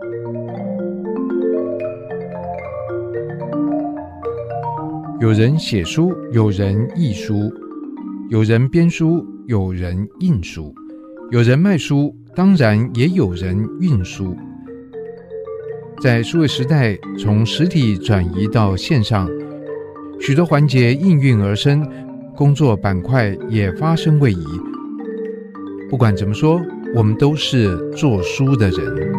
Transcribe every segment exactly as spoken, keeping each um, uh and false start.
有人写书，有人译书，有人编书，有人印书，有人卖书，当然也有人运书。在数位时代，从实体转移到线上，许多环节应运而生，工作板块也发生位移。不管怎么说，我们都是做书的人。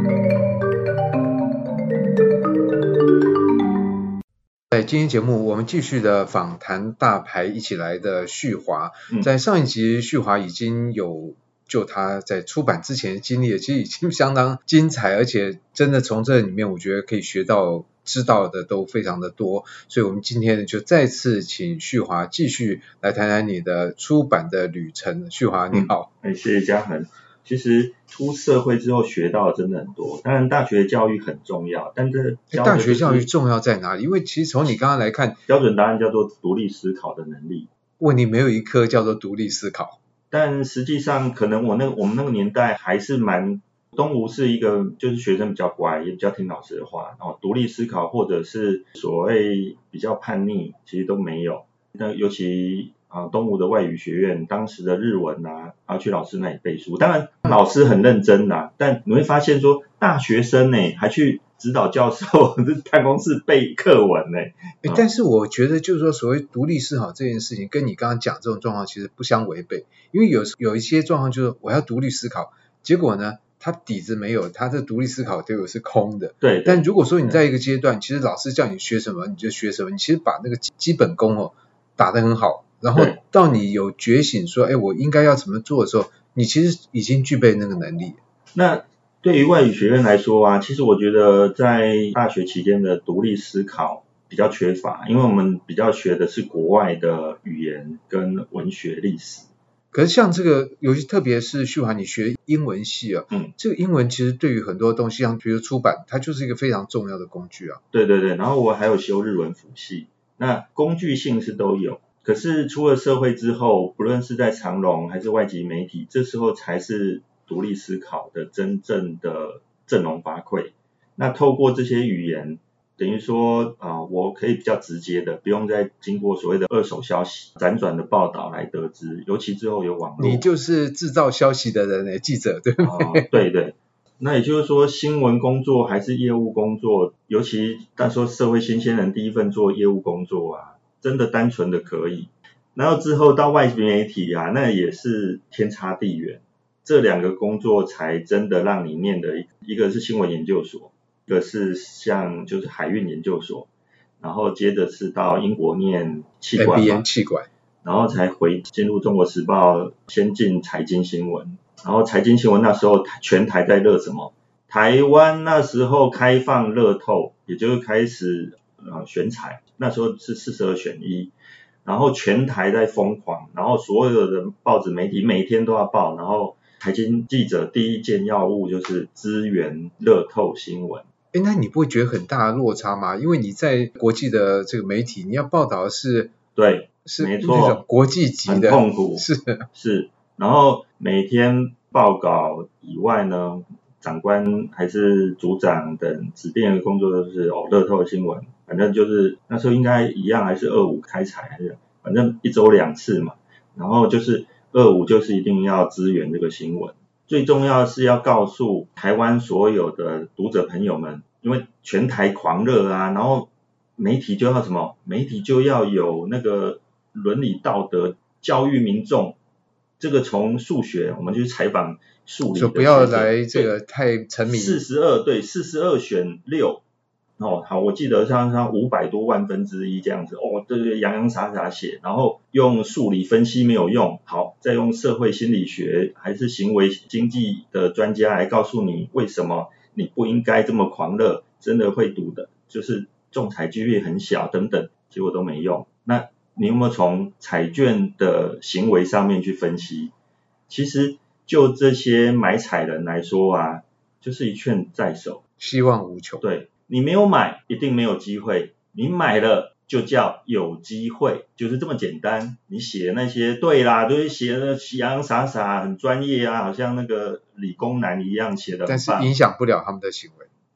在今天节目，我们继续的访谈大牌一起来的旭华。在上一集，旭华已经有就他在出版之前的经历，其实已经相当精彩，而且真的从这里面我觉得可以学到知道的都非常的多。所以我们今天就再次请旭华继续来谈谈你的出版的旅程。旭华你好。 嗯、谢谢嘉恒。其实出社会之后学到的真的很多，当然大学教育很重要，但是、就是、 大学教育重要在哪里？因为其实从你刚刚来看， 标准答案叫做独立思考的能力。 问题没有一科叫做独立思考， 但实际上可能我那个我们那个年代还是蛮，东吴是一个就是学生比较乖，也比较听老师的话，然后独立思考或者是所谓比较叛逆，其实都没有。那尤其啊，东吴的外语学院当时的日文啊，然后去老师那里背书，当然老师很认真啦、啊，但你会发现说大学生呢、欸、还去指导教授办公室背课文呢、欸嗯。但是我觉得就是说所谓独立思考这件事情跟你刚刚讲这种状况其实不相违背，因为有有一些状况就是我要独立思考，结果呢他底子没有，他的独立思考结果是空的。 对。 但如果说你在一个阶段，其实老师叫你学什么你就学什么，你其实把那个基本功哦打得很好。然后到你有觉醒说哎，我应该要怎么做的时候，你其实已经具备那个能力。 那对于外语学院来说啊，其实我觉得在大学期间的独立思考比较缺乏，因为我们比较学的是国外的语言跟文学历史。 可是像这个尤其特别是旭华你学英文系啊， 嗯， 这个英文其实对于很多东西像比如出版，它就是一个非常重要的工具啊。 对对对，然后我还有修日文辅系，那工具性是都有。可是出了社会之后，不论是在长荣还是外籍媒体，这时候才是独立思考的真正的振聋发聩。那透过这些语言，等于说啊、呃，我可以比较直接的，不用再经过所谓的二手消息、辗转的报道来得知，尤其之后有网络。 你就是制造消息的人，记者对不对？ 呃、对对。那也就是说，新闻工作还是业务工作，尤其那时候社会新鲜人第一份做业务工作啊，真的单纯的可以，然后之后到外籍媒体啊，那也是天差地远。这两个工作才真的让你念的，一个是新闻研究所，一个是像就是海运研究所，然后接着是到英国念企管嘛， 企管， 然后才回进入中国时报，先进财经新闻，然后财经新闻那时候全台在热什么？台湾那时候开放乐透，也就是开始呃选彩，那时候是四十二选一，然后全台在疯狂，然后所有的报纸媒体每天都要报，然后财经记者第一件要务就是支援乐透新闻。 诶，那你不会觉得很大的落差吗？因为你在国际的这个媒体，你要报道的是对， 是没错， 那种国际级的， 很痛苦， 是是，然后每天报稿以外呢，长官还是组长等指定的工作都是哦乐透新闻，反正就是那时候应该一样还是二五开采，还是反正一周两次嘛，然后就是二五就是一定要支援这个新闻，最重要的是要告诉台湾所有的读者朋友们，因为全台狂热啊，然后媒体就要什么？媒体就要有那个伦理道德，教育民众。这个从数学，我们去采访数理的， 就不要来这个太沉迷。 四十二对，四十二选六。哦，好，我记得像像五百多万分之一这样子，哦，对对，洋洋洒洒写，然后用数理分析没有用，好，再用社会心理学还是行为经济的专家来告诉你为什么你不应该这么狂热，真的会赌的，就是中彩几率很小等等，结果都没用。那你有没有从彩券的行为上面去分析？其实就这些买彩人来说啊，就是一券在手， 希望无穷。 对，你没有买一定没有机会，你买了就叫有机会，就是这么简单。你写那些对啦，都是写的洋洋洒洒很专业啊，好像那个理工男一样写的很棒， 但是影响不了他们的行为。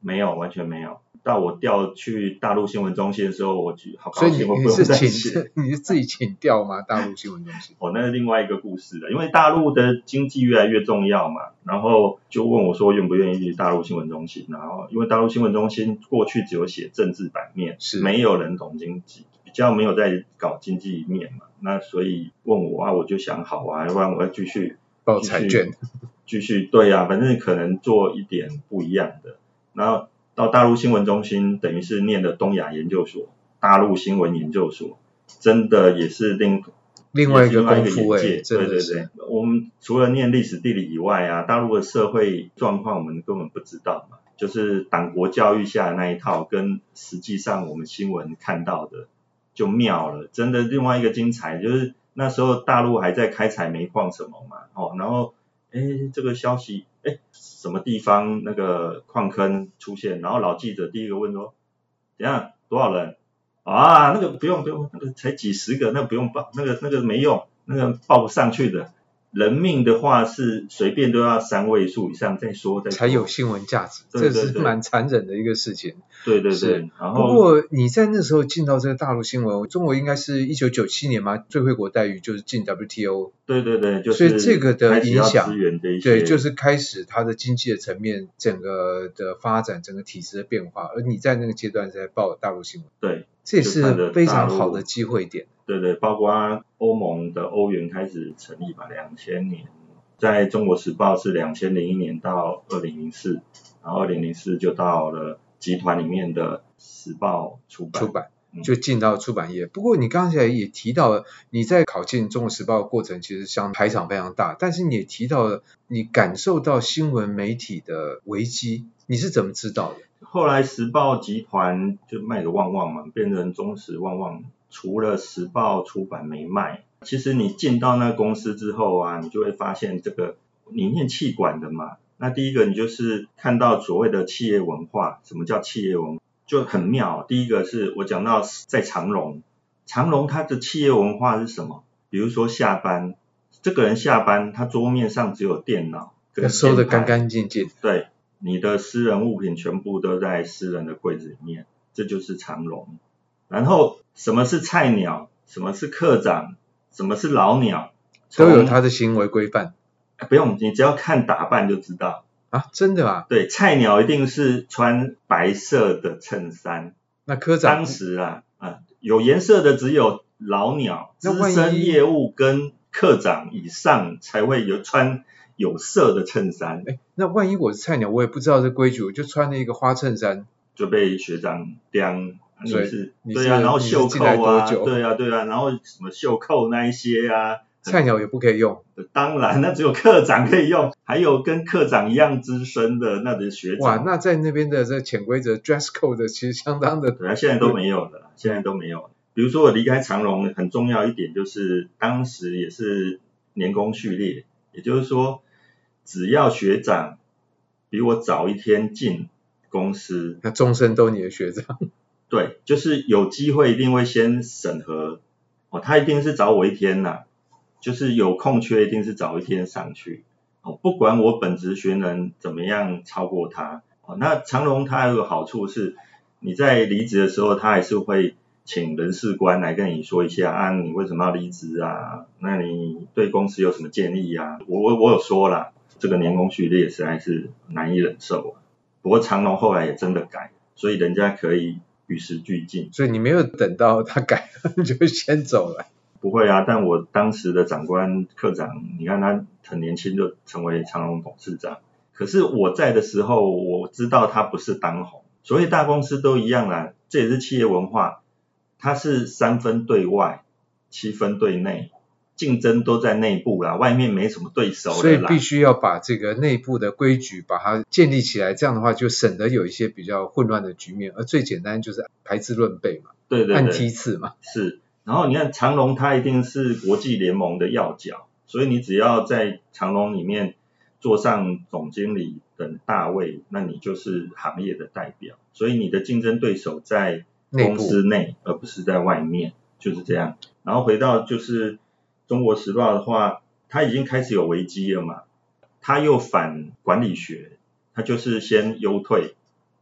没有，完全没有。到我调去大陆新闻中心的时候，我就好高所以兴，我你你是不用再请写。 你是自己请调吗？大陆新闻中心？ 哦，那是另外一个故事了，因为大陆的经济越来越重要嘛，然后就问我说愿不愿意去大陆新闻中心，然后因为大陆新闻中心过去只有写政治版面， 是没有人懂经济，比较没有在搞经济面嘛，那所以问我啊，我就想好啊，要不然我要继续报彩券， 继续对啊，反正可能做一点不一样的，然后到大陆新闻中心等于是念了东亚研究所，大陆新闻研究所，真的也是另另外一个功夫哎、 欸，真对对的是对，我们除了念历史地理以外啊，大陆的社会状况我们根本不知道嘛，就是党国教育下的那一套，跟实际上我们新闻看到的就妙了，真的另外一个精彩就是那时候大陆还在开采煤矿什么嘛，哦，然后哎这个消息哎什么地方那个矿坑出现，然后老记者第一个问说，怎样多少人？啊，那个不用不用，那个才几十个，那个不用报，那个那个没用，那个报不上去的。人命的话是随便都要三位数以上再说再说才有新闻价值， 对对对这是蛮残忍的一个事情。 对对是对，然后不过你在那时候进到这个大陆新闻，中国应该是一九九七年嘛，最惠国待遇就是进 W T O， 对对对，就是所以这个的影响开始要支援这一些， 对，就是开始它的经济的层面整个的发展，整个体制的变化，而你在那个阶段是在报大陆新闻， 对， 这也是非常好的机会点。 对对，包括欧盟的欧元开始成立吧，两千年，在中国时报是两千零一年到二零零四，然后二零零四就到了集团里面的时报出版， 出版就进到出版业。不过你刚才也提到了，你在考进中国时报的过程其实相排场非常大，但是你也提到了你感受到新闻媒体的危机，你是怎么知道的？ 后来时报集团就卖给旺旺嘛，变成中时旺旺，除了时报出版没卖，其实你进到那公司之后啊，你就会发现这个你念企管的嘛，那第一个你就是看到所谓的企业文化，什么叫企业文化就很妙。第一个是我讲到在长荣，长荣它的企业文化是什么？比如说下班，这个人下班他桌面上只有电脑跟收得干干净净， 对，你的私人物品全部都在私人的柜子里面，这就是长荣。然后什么是菜鸟，什么是科长，什么是老鸟， 都有他的行为规范。 不用，你只要看打扮就知道啊，真的啊？ 对，菜鸟一定是穿白色的衬衫。 那科长当时啊，啊有颜色的只有老鸟、资深业务跟科长以上才会有穿有色的衬衫。 哎，那万一我是菜鸟，我也不知道这规矩，我就穿了一个花衬衫， 就被学长刁。你是你对啊，然后袖扣啊， 对啊对啊，然后什么袖扣那一些啊， 菜鸟也不可以用。 当然，那只有科长可以用，还有跟科长一样资深的那的学长。 哇，那在那边的这潜规则 dress code 的其实相当的。 对啊，现在都没有了，现在都没有了。比如说我离开长荣，很重要一点就是当时也是年功序列，也就是说，只要学长比我早一天进公司， 那终身都你的学长。 对，就是有机会一定会先审核，哦，他一定是早我一天呐、啊，就是有空缺一定是早一天上去，哦，不管我本职学能怎么样超过他，哦，那长荣它有个好处是，你在离职的时候，他还是会请人事官来跟你说一下啊，你为什么要离职啊？那你对公司有什么建议啊？我我我有说啦，这个年功序列实在是难以忍受啊。不过长荣后来也真的改，所以人家可以与时俱进。 所以你没有等到他改了，你就先走了。 不会啊，但我当时的长官科长，你看他很年轻就成为长荣董事长。可是我在的时候，我知道他不是当红，所以大公司都一样啦，这也是企业文化。它是三分对外，七分对内，竞争都在内部啦，外面没什么对手的啦。 所以必须要把这个内部的规矩把它建立起来，这样的话就省得有一些比较混乱的局面。而最简单就是排资论辈嘛， 对对对， 按梯次嘛。 是，然后你看长荣它一定是国际联盟的要角，所以你只要在长荣里面坐上总经理等大位，那你就是行业的代表，所以你的竞争对手在公司内而不是在外面，就是这样。然后回到就是中国时报的话，它已经开始有危机了嘛，它又反管理学，它就是先优退，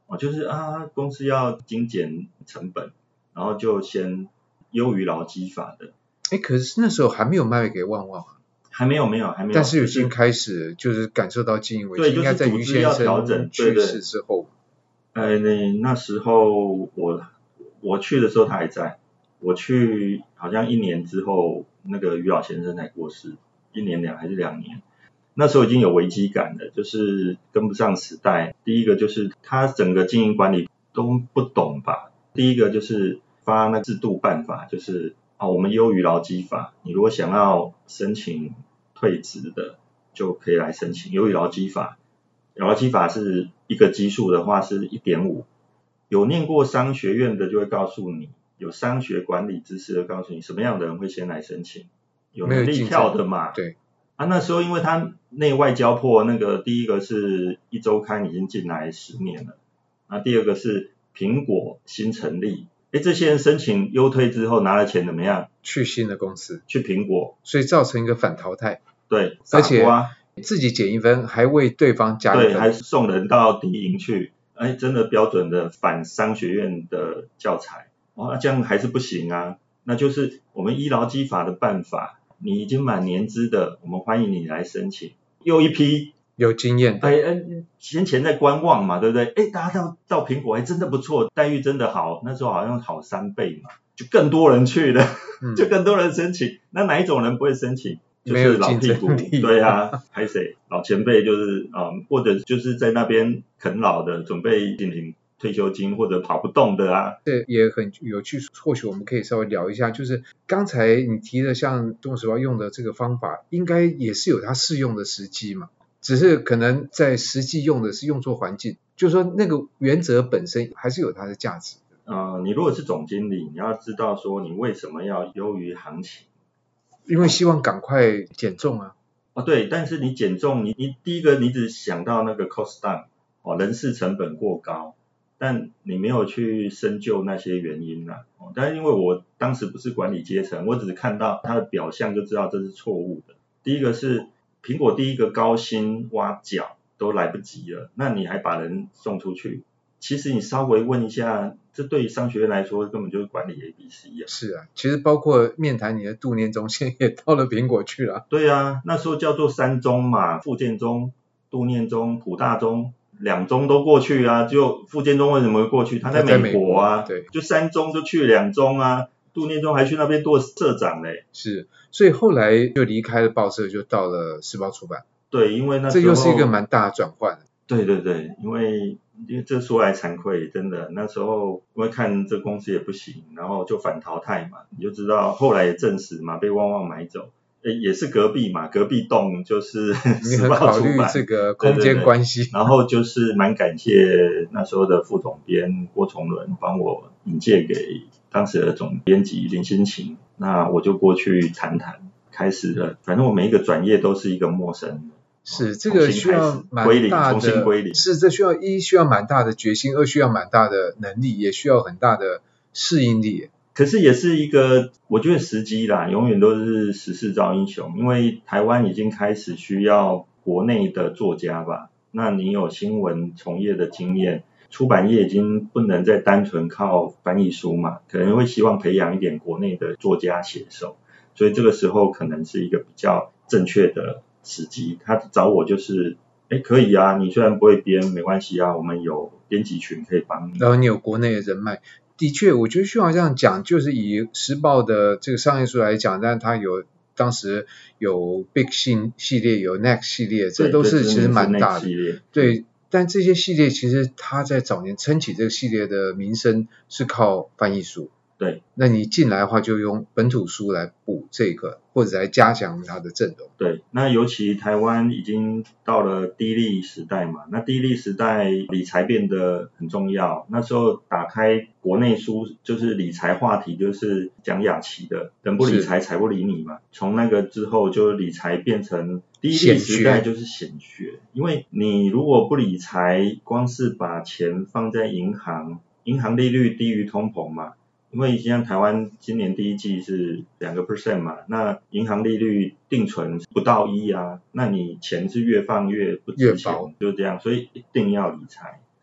哦，就是啊，公司要精简成本，然后就先优于劳基法的。 哎，可是那时候还没有卖给旺旺啊。 还没有没有还没有， 但是已经开始就是感受到经营危机， 对， 应该在于先生去世之后。 呃，那那时候我我去的时候他还在，我去好像一年之后，那个于老先生才过世，一年两还是两年，那时候已经有危机感了，就是跟不上时代。第一个就是他整个经营管理都不懂吧，第一个就是发那制度办法，就是啊我们优于劳基法，你如果想要申请退职的就可以来申请优于劳基法，劳基法是一个基数的话是 一点五， 有念过商学院的就会告诉你，有商学管理知识的告诉你什么样的人会先来申请，有能力跳的嘛。 对啊，那时候因为他内外交迫，那个第一个是一周刊已经进来十年了，啊，第二个是苹果新成立，诶，这些人申请优退之后拿了钱怎么样？ 去新的公司， 去苹果， 所以造成一个反淘汰。 对， 而且自己减一分，还为对方加一分， 对，还送人到敌营去，哎，真的标准的反商学院的教材，哦，那这样还是不行啊，那就是我们依劳基法的办法，你已经满年资的，我们欢迎你来申请，又一批有经验的， 哎哎，先前在观望嘛，对不对？哎，大家到到苹果，哎，真的不错，待遇真的好，那时候好像好三倍嘛，就更多人去了，嗯、就更多人申请，那哪一种人不会申请？就是老屁股，对啊，还谁老前辈就是啊、嗯，或者就是在那边啃老的，准备进行退休金或者跑不动的啊。 这也很有趣，或许我们可以稍微聊一下，就是刚才你提的像《中国时报》用的这个方法，应该也是有它适用的时机嘛，只是可能在实际用的是用错环境，就是说那个原则本身还是有它的价值的。 呃，你如果是总经理，你要知道说你为什么要优于行情。 因为希望赶快减重啊。 哦，对，但是你减重，你你第一个你只想到那个 cost down， 哦，人事成本过高，但你没有去深究那些原因啦。哦，但是因为我当时不是管理阶层，我只是看到它的表象就知道这是错误的。第一个是苹果第一个高薪挖角都来不及了，那你还把人送出去？其实你稍微问一下，这对于商学院来说根本就是管理 A B C 啊。 是啊，其实包括面谈你的杜念中，现在也到了苹果去了。 对啊，那时候叫做三中嘛，傅建中、杜念中、普大中，两中都过去啊。就傅建中为什么会过去？他在美国啊， 对， 就三中就去两中啊，杜念中还去那边做社长嘞。 是，所以后来就离开了报社，就到了时报出版。 对，因为那时候这又是一个蛮大的转换。 对对对，因为因为这说来惭愧，真的那时候因为看这公司也不行，然后就反淘汰嘛，你就知道后来也证实嘛，被旺旺买走，诶也是隔壁嘛，隔壁栋就是时报出版，你很考虑这个空间关系， 对对对，然后就是蛮感谢那时候的副总编郭崇伦帮我引荐给当时的总编辑林心晴，那我就过去谈谈，开始了，反正我每一个转业都是一个陌生的。 是这个需要蛮大的，是这需要一需要蛮大的决心，二需要蛮大的能力，也需要很大的适应力。 可是也是一个，我觉得时机啦，永远都是时势造英雄。因为台湾已经开始需要国内的作家吧，那你有新闻从业的经验，出版业已经不能再单纯靠翻译书嘛，可能会希望培养一点国内的作家写手，所以这个时候可能是一个比较正确的时机，他找我就是，哎，可以啊，你虽然不会编，没关系啊，我们有编辑群可以帮你。 然后你有国内的人脉，的确，我觉得需要这样讲，就是以时报的这个商业书来讲，但它有当时有 Big 系系列，有 Next 系列，这都是其实蛮大的。对，但这些系列其实它在早年撑起这个系列的名声是靠翻译书。 对， 那你进来的话就用本土书来补这个，或者来加强它的阵容。 对，那尤其台湾已经到了低利时代嘛，那低利时代理财变得很重要。那时候打开国内书就是理财话题，就是讲雅琪的人不理财财不理你嘛。从那个之后就理财变成低利时代就是显学，因为你如果不理财，光是把钱放在银行，银行利率低于通膨嘛。因为像台湾今年第一季是两个 percent 嘛，那银行利率定存不到一啊，那你钱是越放越不值钱，就这样，所以一定要理财。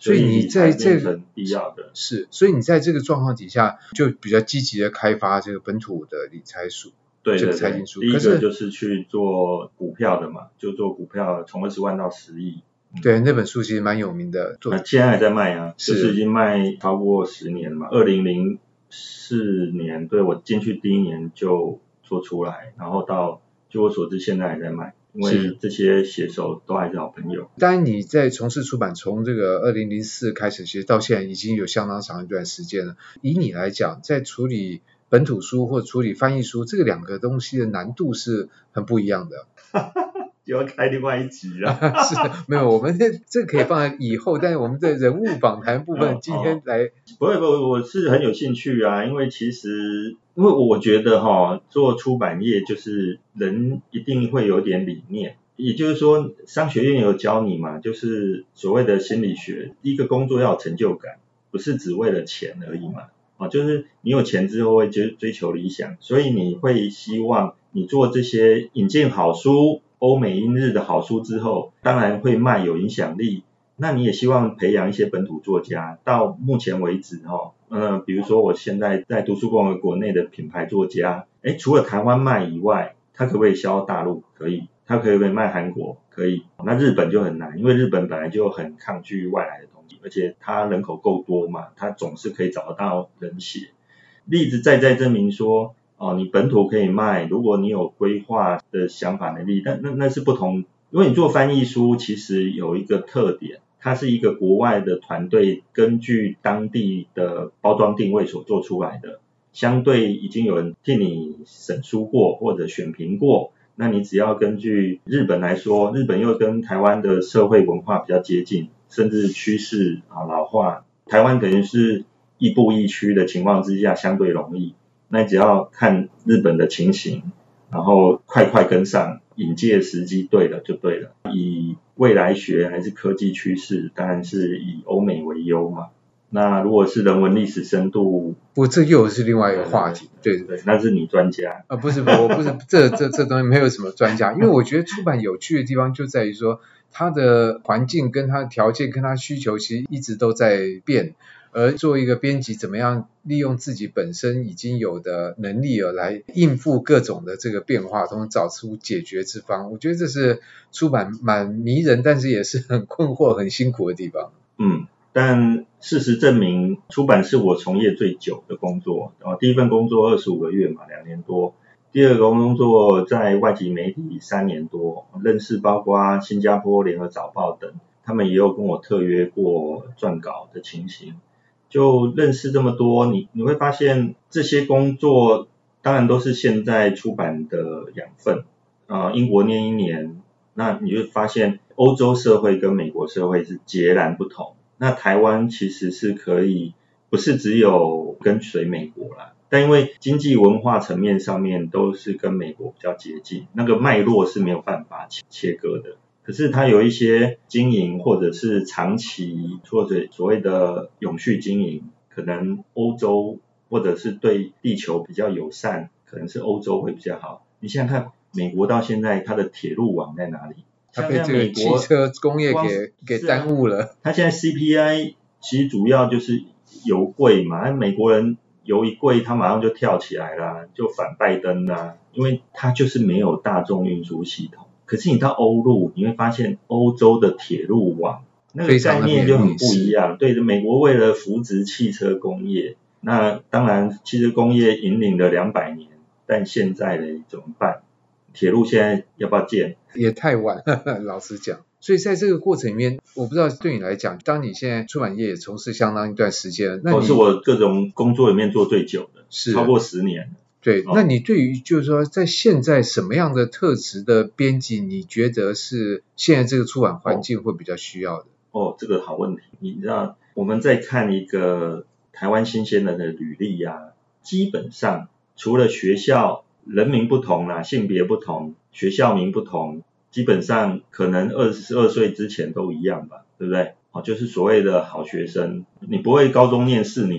所以你在这个必要的是，所以你在这个状况底下，就比较积极的开发这个本土的理财书， 对对对， 这个财经书。 第一个就是去做股票的嘛，就做股票，从二十万到十亿。 对，那本书其实蛮有名的， 那现在还在卖啊，是就是已经卖超过十年了嘛。二零零四年，对我进去第一年就做出来，然后到据我所知，现在还在卖。因为这些写手都还是好朋友。 当然你在从事出版，从这个二零零四开始，其实到现在已经有相当长一段时间了。以你来讲，在处理本土书或处理翻译书，这个两个东西的难度是很不一样的。 就要开另外一集了。 是，没有，我们这这可以放在以后，但是我们的人物访谈部分今天来。 不会不会，我是很有兴趣啊，因为其实因为我觉得哈，做出版业就是人一定会有点理念，也就是说商学院有教你嘛，就是所谓的心理学，第一个工作要有成就感，不是只为了钱而已嘛。啊，就是你有钱之后会追追求理想，所以你会希望你做这些引进好书，欧美英日的好书之后，当然会卖有影响力。那你也希望培养一些本土作家。到目前为止哈，呃，比如说我现在在读书共和国内的品牌作家，哎，除了台湾卖以外，他可不可以销大陆？可以。他可不可以卖韩国？可以。那日本就很难，因为日本本来就很抗拒外来的东西，而且它人口够多嘛，它总是可以找得到人写。例子再再证明说，哦，你本土可以卖，如果你有规划的想法能力，但那那是不同。因为你做翻译书，其实有一个特点，它是一个国外的团队根据当地的包装定位所做出来的，相对已经有人替你审书过或者选评过。那你只要根据日本来说，日本又跟台湾的社会文化比较接近，甚至趋势啊老化，台湾等于是亦步亦趋的情况之下相对容易。那你只要看日本的情形，然后快快跟上，引介时机对了就对了。以未来学还是科技趋势，当然是以欧美为优嘛。那如果是人文历史深度， 不，这又是另外一个话题，对对, 对, 对，那是你专家啊，不是，我不是这这这东西没有什么专家，因为我觉得出版有趣的地方就在于说，它的环境跟它的条件跟它需求其实一直都在变，而作为一个编辑，怎么样利用自己本身已经有的能力而来应付各种的这个变化，同时找出解决之方，我觉得这是出版蛮迷人，但是也是很困惑、很辛苦的地方。 嗯。但事实证明，出版是我从业最久的工作。然后第一份工作二十五个月嘛，两年多。第二个工作在外籍媒体三年多，认识包括新加坡联合早报等，他们也有跟我特约过撰稿的情形。就认识这么多，你你会发现这些工作当然都是现在出版的养分。呃，英国念一年，那你就发现欧洲社会跟美国社会是截然不同。那台湾其实是可以，不是只有跟随美国啦，但因为经济文化层面上面都是跟美国比较接近，那个脉络是没有办法切割的。可是它有一些经营或者是长期或者所谓的永续经营，可能欧洲或者是对地球比较友善，可能是欧洲会比较好。你想想看，美国到现在它的铁路网在哪里？ 它被这个汽车工业给给耽误了。 它现在 C P I 其实主要就是油贵嘛，美国人油一贵，他马上就跳起来啦，就反拜登啦，因为它就是没有大众运输系统。可是你到欧陆，你会发现欧洲的铁路网那个概念就很不一样。对，美国为了扶植汽车工业，那当然汽车工业引领了两百年，但现在呢怎么办？铁路现在要不要建？ 也太晚，呵呵，老实讲。所以在这个过程里面，我不知道对你来讲，当你现在出版业也从事相当一段时间了，那你、 哦、是我各种工作里面做最久的， 是超过十年了。 对、 哦， 那你对于就是说，在现在什么样的特质的编辑，你觉得是现在这个出版环境会比较需要的？ 哦，哦这个好问题。你知道，我们在看一个台湾新鲜人的履历啊，基本上除了学校人名不同啦、啊，性别不同，学校名不同，基本上可能二十二岁之前都一样吧，对不对？哦，就是所谓的好学生，你不会高中念四年嘛，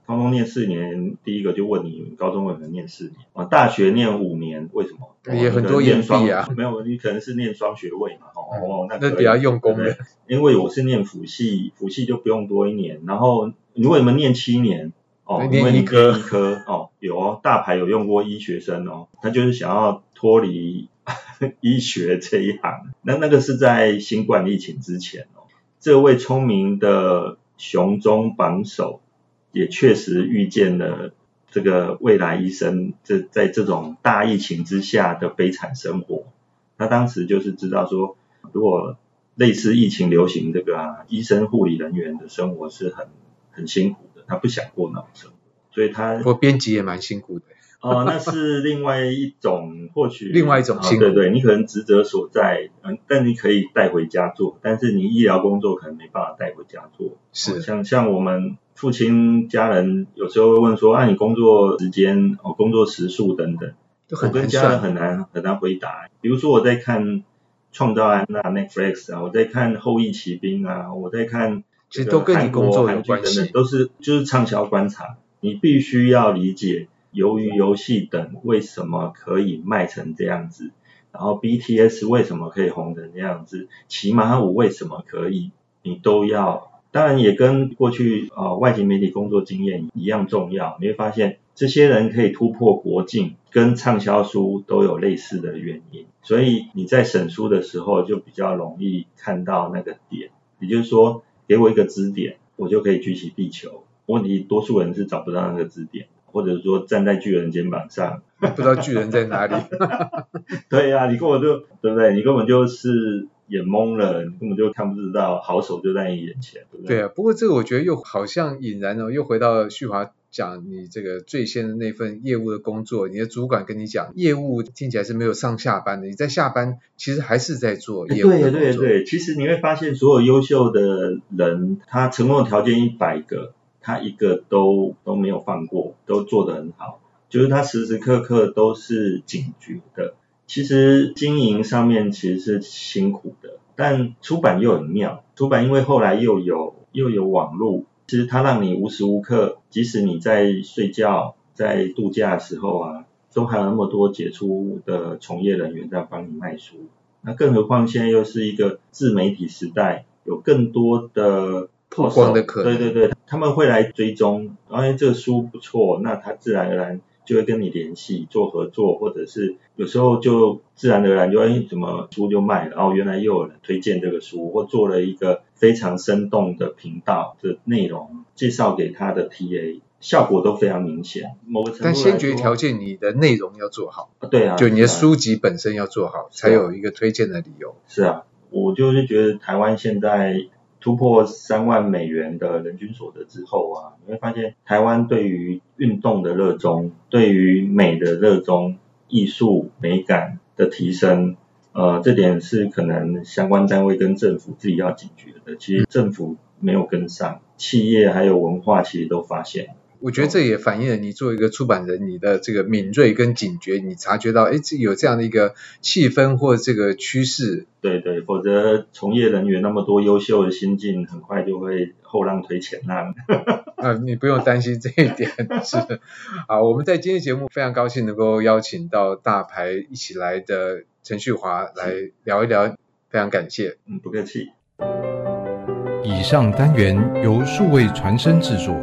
高中念四年，第一个就问你高中为什么念四年啊？大学念五年，为什么？ 也很多延毕啊， 没有，你可能是念双学位嘛，哦，那那比较用功的。 因为我是念辅系，辅系就不用多一年，然后如果你们念七年，哦，因为你科医科哦，有哦，大牌有用过医学生哦，他就是想要脱离医学这一行，那那个是在新冠疫情之前哦，这位聪明的雄中榜首也确实预见了这个未来医生这在这种大疫情之下的悲惨生活。他当时就是知道说，如果类似疫情流行这个啊，医生护理人员的生活是很很辛苦的，他不想过那种生活，所以他不过编辑也蛮辛苦的。 哦，那是另外一种，或许另外一种辛苦， 哦、对对，你可能职责所在，嗯，但你可以带回家做，但是你医疗工作可能没办法带回家做。 是， 哦、像像我们父亲家人有时候会问说，啊，你工作时间、哦，工作时数等等，我跟家人很难很难回答。比如说我在看创造安娜 Netflix 啊，我在看后翼骑兵啊，我在看其实都跟你工作有关系， 都是就是畅销观察，你必须要理解。鱿鱼游戏等为什么可以卖成这样子，然后 B T S 为什么可以红成这样子，骑马舞为什么可以，你都要，当然也跟过去呃外籍媒体工作经验一样重要。你会发现这些人可以突破国境，跟畅销书都有类似的原因，所以你在审书的时候就比较容易看到那个点，也就是说给我一个支点，我就可以举起地球。问题多数人是找不到那个支点，或者说站在巨人肩膀上， 不知道巨人在哪里。 对啊，你根本就对不对？你根本就是眼蒙了，你根本就看不知道好手就在你眼前，对不对？ 对啊，不过这个我觉得又好像引燃了，又回到旭华讲你这个最先的那份业务的工作，你的主管跟你讲，业务听起来是没有上下班的，你在下班其实还是在做业务的工作。 对对对，其实你会发现所有优秀的人，他成功的条件一百个。他一个都都没有放过，都做得很好，就是他时时刻刻都是警觉的。其实经营上面其实是辛苦的，但出版又很妙，出版因为后来又有又有网络，其实它让你无时无刻，即使你在睡觉、在度假的时候啊，都还有那么多杰出的从业人员在帮你卖书。那更何况现在又是一个自媒体时代，有更多的曝光的可能， 对对对，他们会来追踪，然后这个书不错，那他自然而然就会跟你联系做合作，或者是有时候就自然而然就哎怎么书就卖了，哦原来又有人推荐这个书，或做了一个非常生动的频道的内容介绍给他的 T A， 效果都非常明显。某个程度来说， 但先决条件你的内容要做好， 啊对啊， 就你的书籍本身要做好，才有一个推荐的理由。 是啊，我就是觉得台湾现在突破三万美元的人均所得之后啊，你会发现台湾对于运动的热衷，对于美的热衷，艺术美感的提升，呃，这点是可能相关单位跟政府自己要警觉的。其实政府没有跟上，企业还有文化其实都发现。 我觉得这也反映了你作为一个出版人，你的这个敏锐跟警觉，你察觉到，哎，这有这样的一个气氛或这个趋势。 对对，否则从业人员那么多优秀的新进，很快就会后浪推前浪。 啊，你不用担心这一点。是，好，我们在今天节目非常高兴能够邀请到大牌一起来的陈旭华来聊一聊，非常感谢。 嗯，不客气。 以上单元由数位传声制作。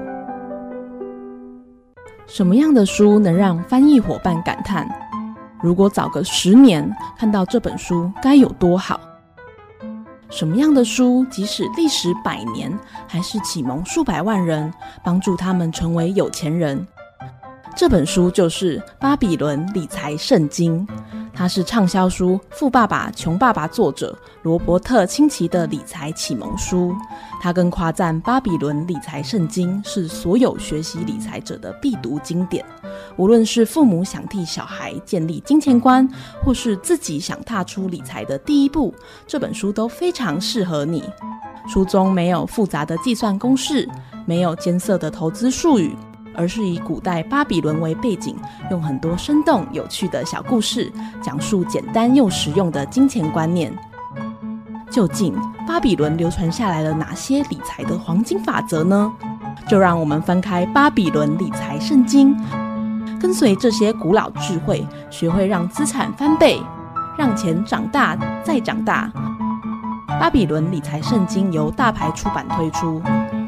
什么样的书能让翻译伙伴感叹，如果早个十年看到这本书该有多好？什么样的书即使历时百年，还是启蒙数百万人，帮助他们成为有钱人？这本书就是《巴比伦理财圣经》，它是畅销书《富爸爸穷爸爸》作者罗伯特清崎的理财启蒙书。他更夸赞《巴比伦理财圣经》是所有学习理财者的必读经典。无论是父母想替小孩建立金钱观，或是自己想踏出理财的第一步，这本书都非常适合你。书中没有复杂的计算公式，没有艰涩的投资术语，而是以古代巴比伦为背景，用很多生动有趣的小故事，讲述简单又实用的金钱观念。究竟巴比伦流传下来了哪些理财的黄金法则呢？ 就让我们翻开巴比伦理财圣经，跟随这些古老智慧，学会让资产翻倍，让钱长大再长大。巴比伦理财圣经由大牌出版推出。